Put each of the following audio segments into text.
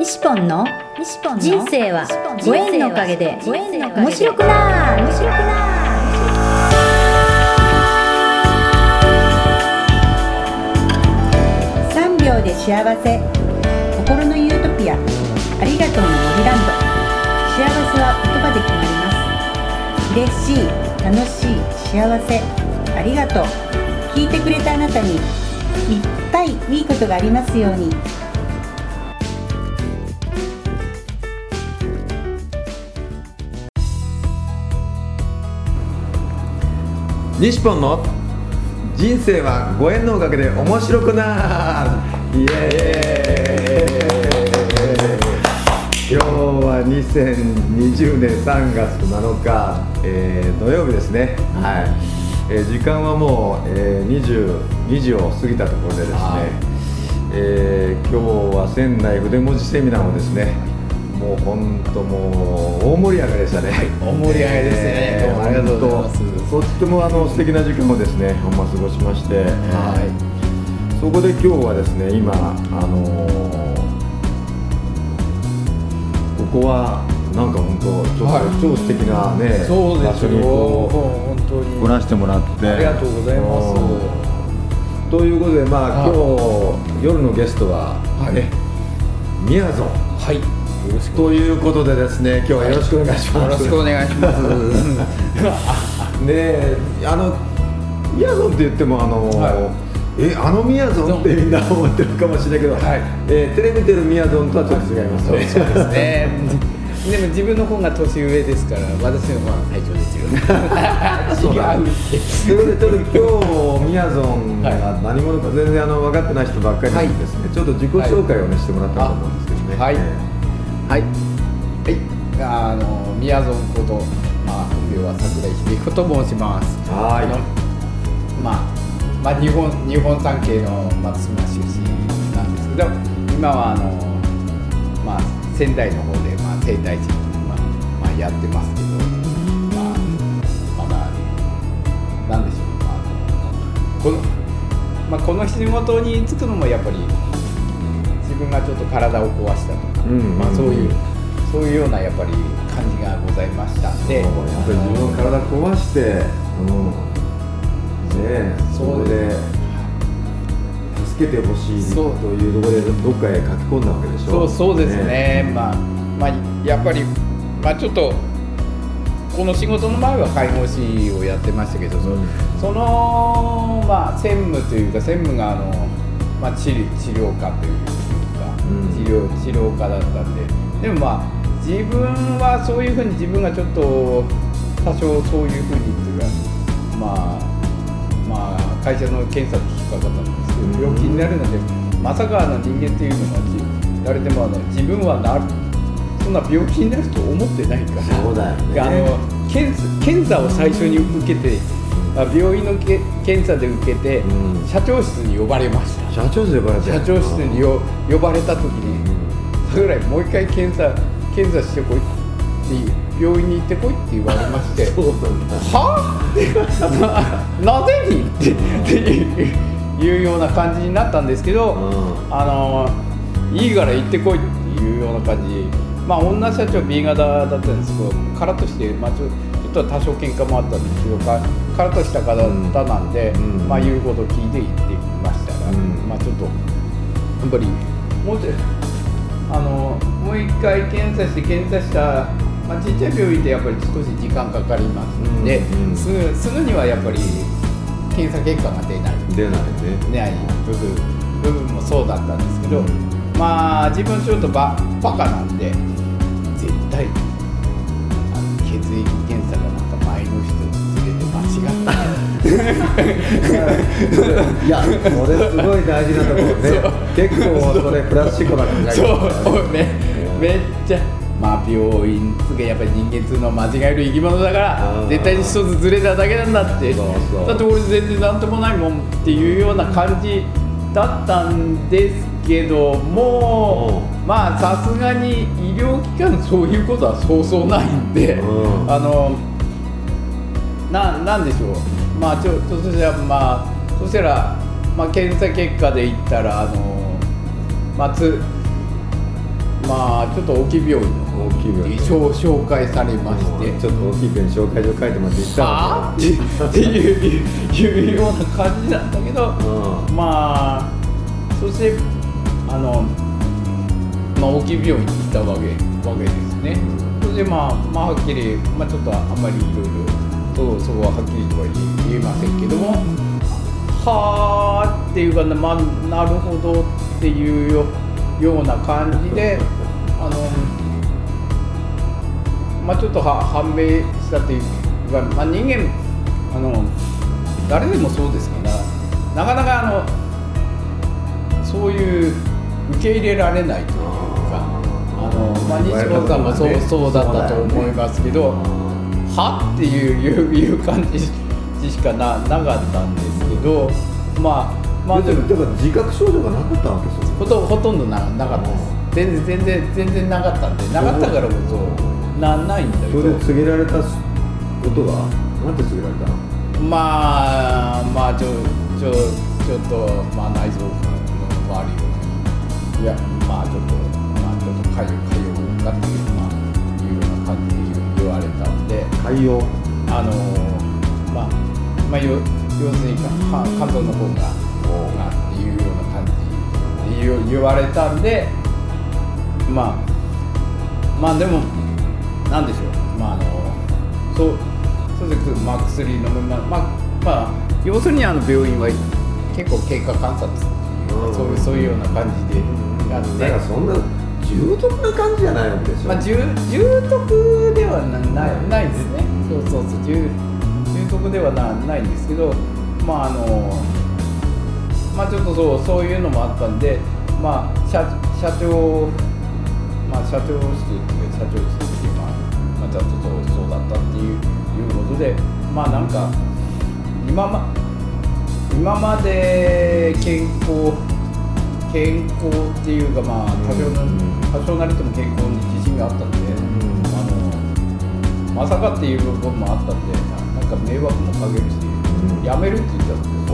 西ポンの人生はご縁のおかげで面白くなー3秒で幸せ、心のユートピア、ありがとうの森ランド。幸せは言葉で決まります。嬉しい、楽しい、幸せ、ありがとう。聞いてくれたあなたにいっぱいいいことがありますように。 西ポンの人生はご縁のおかげで面白くなる。イエーイ。今日は2020年3月7日、土曜日ですね。はい。時間はもう、2時を過ぎたところでですね、今日は仙台筆文字セミナーをですね、もう本当もう大盛り上がりでしたね。はい、 大盛り上がりですね。どうもありがとうございます。 とっても素敵な時間をですね、過ごしまして、はい、そこで今日はですね、今ここはなんか本当ちょっと超素敵なね、場所にこう来らせてもらって、 ありがとうございます。 ということで、今日夜のゲストはね、みやぞん。 はい。 ということでですね、今日はよろしくお願いします。 よろしくお願いします。 ね、みやぞんって言ってもみやぞんってみんな思ってるかもしれないけど、テレビてるみやぞんとはちょっと違います。 そうですね。でも自分の方が年上ですから、私の方が最長ですよ。 そうだ。ということで、ちょっと今日みやぞんが何者か全然分かってない人ばっかりなんですね。ちょっと自己紹介をねしてもらったと思うんですけどね。 はい。みやぞんこと、本名は桜井秀彦と申します。 はい。 日本三景の松島出身なんですけど、今は仙台の方で整体師やってますけど、まだなんでしょう、この仕事に就くのもやっぱり自分がちょっと体を壊したとか、そういうようなやっぱり感じがございましたんで、 やっぱり自分の体壊して、そこで助けてほしいというところでどっかへ書き込んだわけでしょ。 そうですね。やっぱりちょっとこの仕事の前は介護士をやってましたけど、その専務というか専務が治療家というか、治療家だったんで、でも自分はそういうふうに自分がちょっと多少そういうふうにっていうか会社の検査で引っかかったんですけど、病気になるので、まさか人間っていうのは誰でも自分はそんな病気になると思ってないから。 そうだよね。 検査を最初に受けて、病院の検査で受けて、社長室に呼ばれました。 社長室に呼ばれた時に、桜井もう一回検査してこいって病院に行ってこいって言われまして、はぁなぜにっていうような感じになったんですけど、いいから行ってこいっていうような感じ。女社長 B 型だったんですけど、カラッとして、ちょっと多少喧嘩もあったんですけど、カラッとした方なんで、言うことを聞いて行ってきましたが、ちょっとやっぱりもう一回検査した、ちっちゃい病院ってやっぱり少し時間かかりますので、すぐにはやっぱり検査結果が出ない部分もそうだったんですけど、自分ちょっとバカなんで、絶対血液検査が前の人連れて間違ったいや、それすごい大事なところね。結構それプラスチックな考えそうね、めっちゃ病院つけやっぱり人間っていうのは間違える生き物だから、絶対に一つずれただけなんだって。だって俺全然なんともないもんっていうような感じだったんですけども、さすがに医療機関そういうことはそうそうないんで、なんでしょう、そしたら検査結果で言ったらまあちょっと大きい病院の大きい病院に紹介されましてちょっと大きいペン紹介状書いてもらって行ったはぁっていうような感じなんだけど、まあそして大きい病院に行ったわけですね。それでまあはっきり、ちょっとあんまりいろいろそこははっきりとは言えませんけども、はーっていうか、なるほどっていうような感じでちょっと判明したというか、人間誰でもそうですけど、なかなかそういう受け入れられないというか、西本さんもそうだったと思いますけど、はっていう感じしかなかったんですけど、でもだから自覚症状がなかったわけですよ。 ほとんどなかったです。全然なかったんで、なかったからこそないんだけど。 それで告げられたことがなんて告げられたの？ ちょっと内臓の悪い、いやちょっと潰瘍がっていうような感じで言われたんで、 潰瘍要するに肝臓の方がっていうような感じで言われたんで、でもなんでしょう、そうです。薬飲め要するに病院は結構経過観察っていうそういうような感じであって、 だからそんな重篤な感じじゃないわけでしょ。 重篤ではないですね。そう重篤ではないんですけど、ちょっとそういうのもあったんで、社長室っていう社長室っていうちゃんとそうだったっていうことで、なんか今まで健康っていうか、多少なりとも健康に自信があったんで、まさかっていう部分もあったんで、なんか迷惑もかけるし、やめるって言ったんですよ。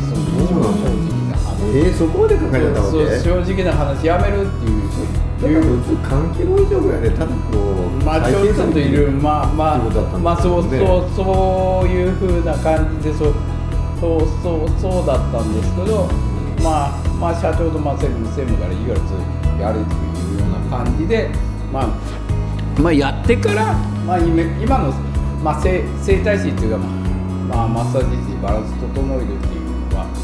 そこまでかかっちゃったわけ？ 正直な話、やめるっていう。 だから普通肝機能異常ぐらいでただこうちょっといるそういう風な感じでそうだったんですけど、社長と専務からいいからやるというような感じで、やってから、今の、整体師っていうか、マッサージ師バランス整えるっていうのは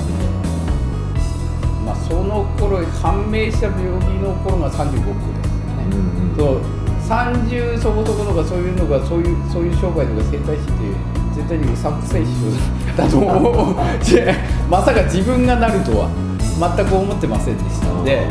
その頃判明した病気の頃が35区ですよね。30そこそことかそういうのがそういう商売とか整体師って絶対にうさくせい人だと思うまさか自分がなるとは全く思ってませんでしたので、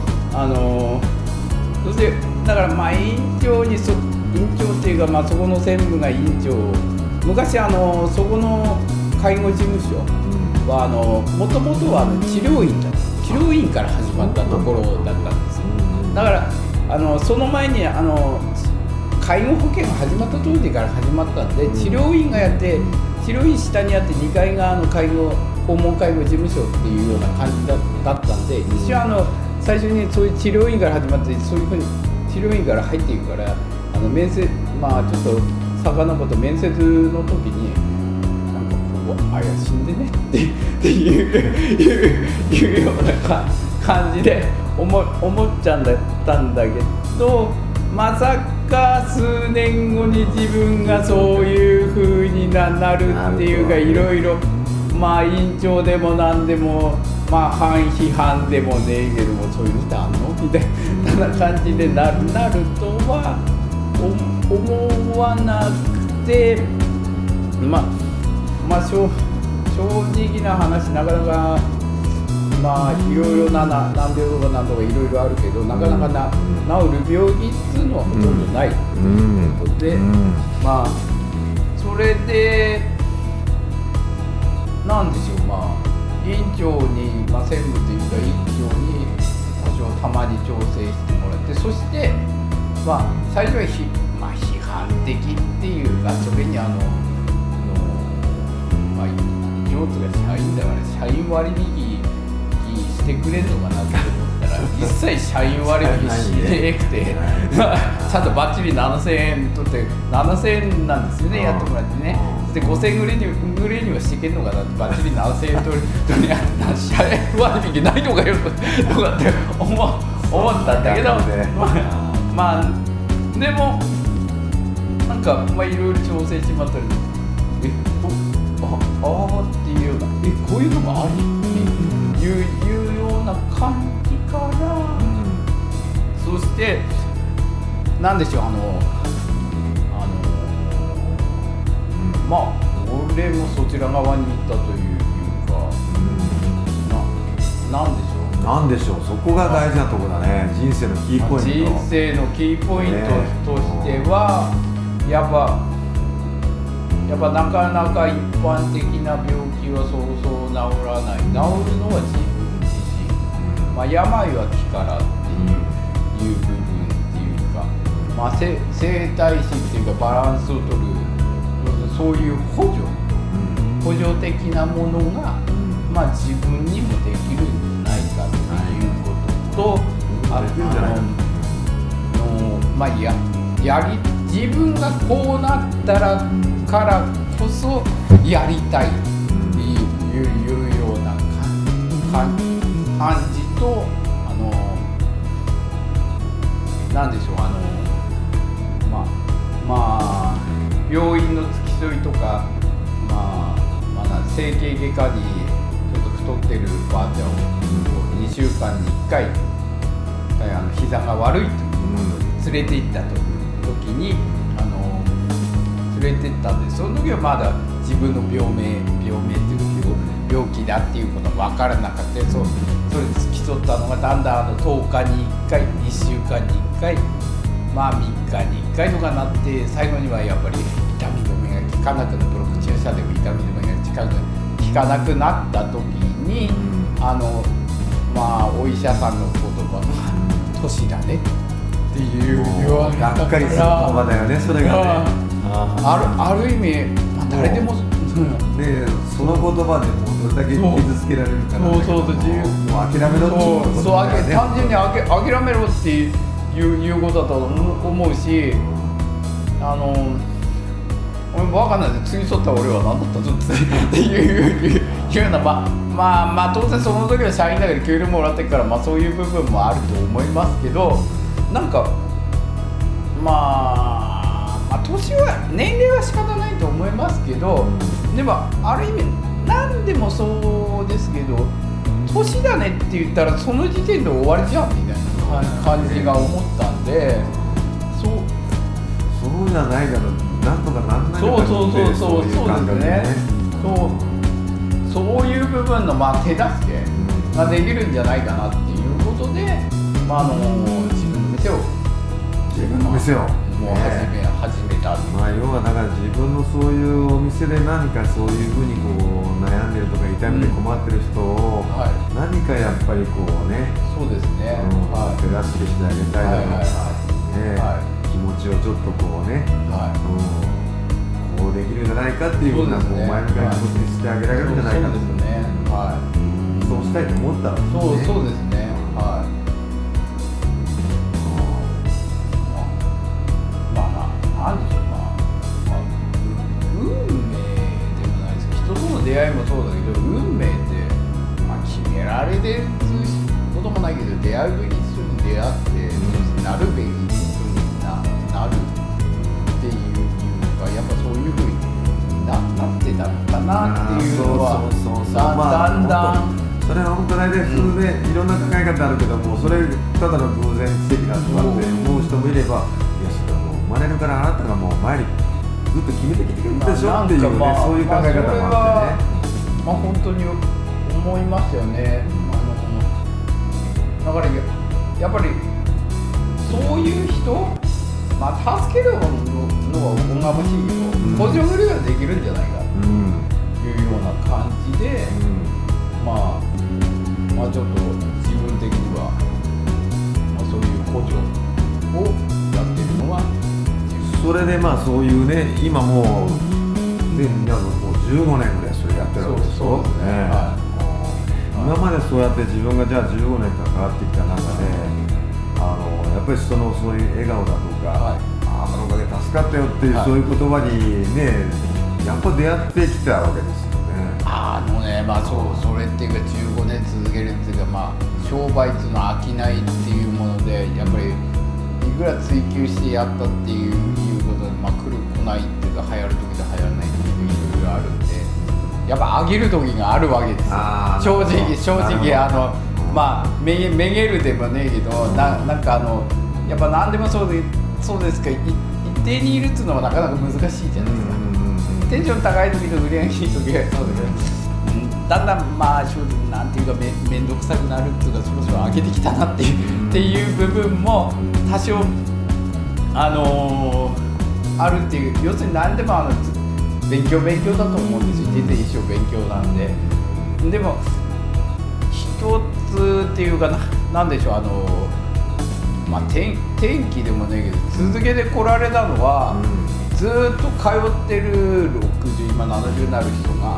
そしてだから院長っていうか、そこの専務が院長、昔そこの介護事務所はもともとは治療院から始まったところだったんですよ。だからその前に介護保険が始まった当時から始まったんで、治療院がやって、治療院下にあって2階が訪問介護事務所っていうような感じだったんで、一応最初にそういう治療院から始まって、そういうふうに治療院から入っていくから、面接、ちょっと遡って面接の時に死んでねっていうような感じで思っちゃったんだけど、まさか数年後に自分がそういう風になるっていうか、いろいろ院長でも何でも反批判でもねえけども、そういう人あんのみたいな感じでなるとは思わなくて、正直な話、なかなかいろいろ難病とかなんとかいろいろあるけど、なかなか治る病気っていうのはほとんどないということで、それでなんでしょう、院長に、専務というか院長に多少たまに調整してもらって、そして最初は批判的っていうか、それに上手が社員だから社員割引してくれるのかなと思ったら一切社員割引しなくてちゃんとバッチリ7000円取って7000円なんですよね、やってもらってね。で5000円ぐらいにはしていけんのかなって、バッチリ7000円取り社員割引ないのかよとかって思ったんだけど、まあでもなんかいろいろ調整しまったり、っていうような、こういうのもありっていうような感じから、そしてなんでしょう、俺もそちら側に行ったというか、 なんでしょう、そこが大事なところだね。人生のキーポイント。 人生のキーポイントとしては、やっぱなかなか一般的な病気はそうそう治らない。治るのは自分自身。病は気からっていう部分っていうか、生体師っていうかバランスを取る、そういう補助的なものが、自分にもできるんじゃないかということと、自分がこうなったらからこそやりたいっていうような感じと、なんでしょう、病院の付き添いとか、整形外科にちょっと太ってるばあちゃんを2週間に1回膝が悪いということで連れて行った時に連れて行ったんです。その時はまだ自分の病名っていう病気だっていうことが分からなくて、それで付き添ったのがだんだん10日に1回2週間に1回3日に1回とかなって、最後にはやっぱり痛み止めが効かなくなって、ブロック注射でも痛み止めが効かなくなった時に、お医者さんの言葉が年だねっていう言われたから、 がっかりする言葉だよね、それがね。 ある意味、誰でもでその言葉でもどれだけ傷つけられるかな。もう諦めろっていうことだよね。 単純に諦めろっていうことだと思うし、俺分かんないです。次取った俺は何だったぞっていうような、当然その時は社員だけで給料もらってるから、そういう部分もあると思いますけど、なんか年は年齢は仕方ないと思いますけど、でもある意味何でもそうですけど、年だねって言ったらその時点で終わりじゃんみたいな感じが思ったんで、 そうじゃないだろう、なんとかなんないかってそういう感覚でね。 そういう部分の手助けができるんじゃないかなっていうことで、自分の店をもう始めた。 要はだから自分のそういうお店で何かそういうふうに悩んでるとか痛みで困ってる人を何かやっぱりそうですね、 手助けしてあげたいだとか、気持ちをちょっとこうできるんじゃないかっていうふうな前向きな気持ちにしてあげられるんじゃないかと。そうしたいと思ったらそうですね。なんでしょう、運命でもないですけど、人との出会いもそうだけど、運命って決められてることもないけど、出会うべき人に出会って、なるべき人になるっていうか、やっぱそういう風になってたのかなっていうのは、だんだんそれは本当大体普通でいろんな考え方あるけども、それただの偶然奇跡だとかって思う人もいれば、いやそれはもう生まれるからあなたがもう前にずっと決めてきてくれるでしょっていうね、そういう考え方もあってね。 本当に思いますよね。だからやっぱりそういう人、助けるのはおこがましいけど、補助ぐらいはできるんじゃないかというような感じで、ちょっと自分的には、そういう補助をやってるのは、 それでそういうね、今もう15年ぐらいそれやってるわけですよ。 今までそうやって自分がじゃあ15年関わってきた中で、やっぱりそういう笑顔だとか、あのおかげで助かったよっていう、そういう言葉にねやっぱ出会ってきたわけですよね。 それっていうか15年続けるっていうか、商売っていうのは商いっていうもので、やっぱりいくら追求してやったっていうことで、来る来ないっていうか、流行る時と流行らない時といろいろあるんで、やっぱ上げる時があるわけですよ。正直めげるでもねえけど、なんかやっぱ何でもそうですか、一定にいるっていうのはなかなか難しいじゃないですか。テンション高い時と売り上げいい時はそうだけど、だんだん正直なんていうかめんどくさくなるっていうか、そろそろ上げてきたなっていう部分も多少あるっていう、要するに何でも勉強だと思うんですよ。人生一生勉強なんで。でも一つっていうかなんでしょう、転機でもねえけど、続けてこられたのは、ずっと通ってる60今70になる人が、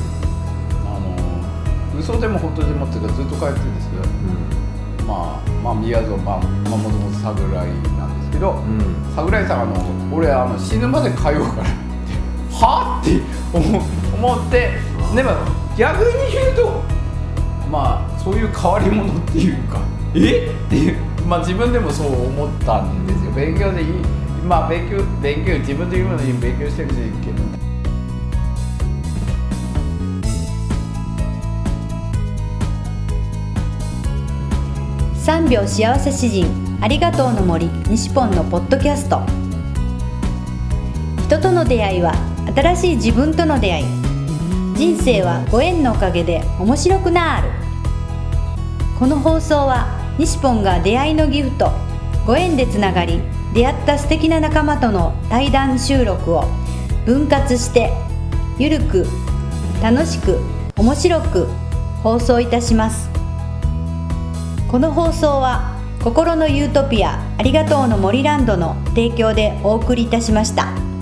嘘でも本当でもっていうかずっと通ってるんですけど、宮園もともと桜井なんですけど、桜井さん俺死ぬまで通うからってはって思って、でも逆に言うとそういう変わり者っていうか、っていう自分でもそう思ったんですよ。勉強でいい、勉強自分で言うのに勉強してるんですけど。 3秒幸せ詩人ありがとうの森西ポンのポッドキャスト。人との出会いは新しい自分との出会い。人生はご縁のおかげで面白くなる。この放送は西ポンが出会いのギフト、ご縁でつながり出会った素敵な仲間との対談収録を分割してゆるく楽しく面白く放送いたします。この放送は心のユートピアありがとうの森ランドの提供でお送りいたしました。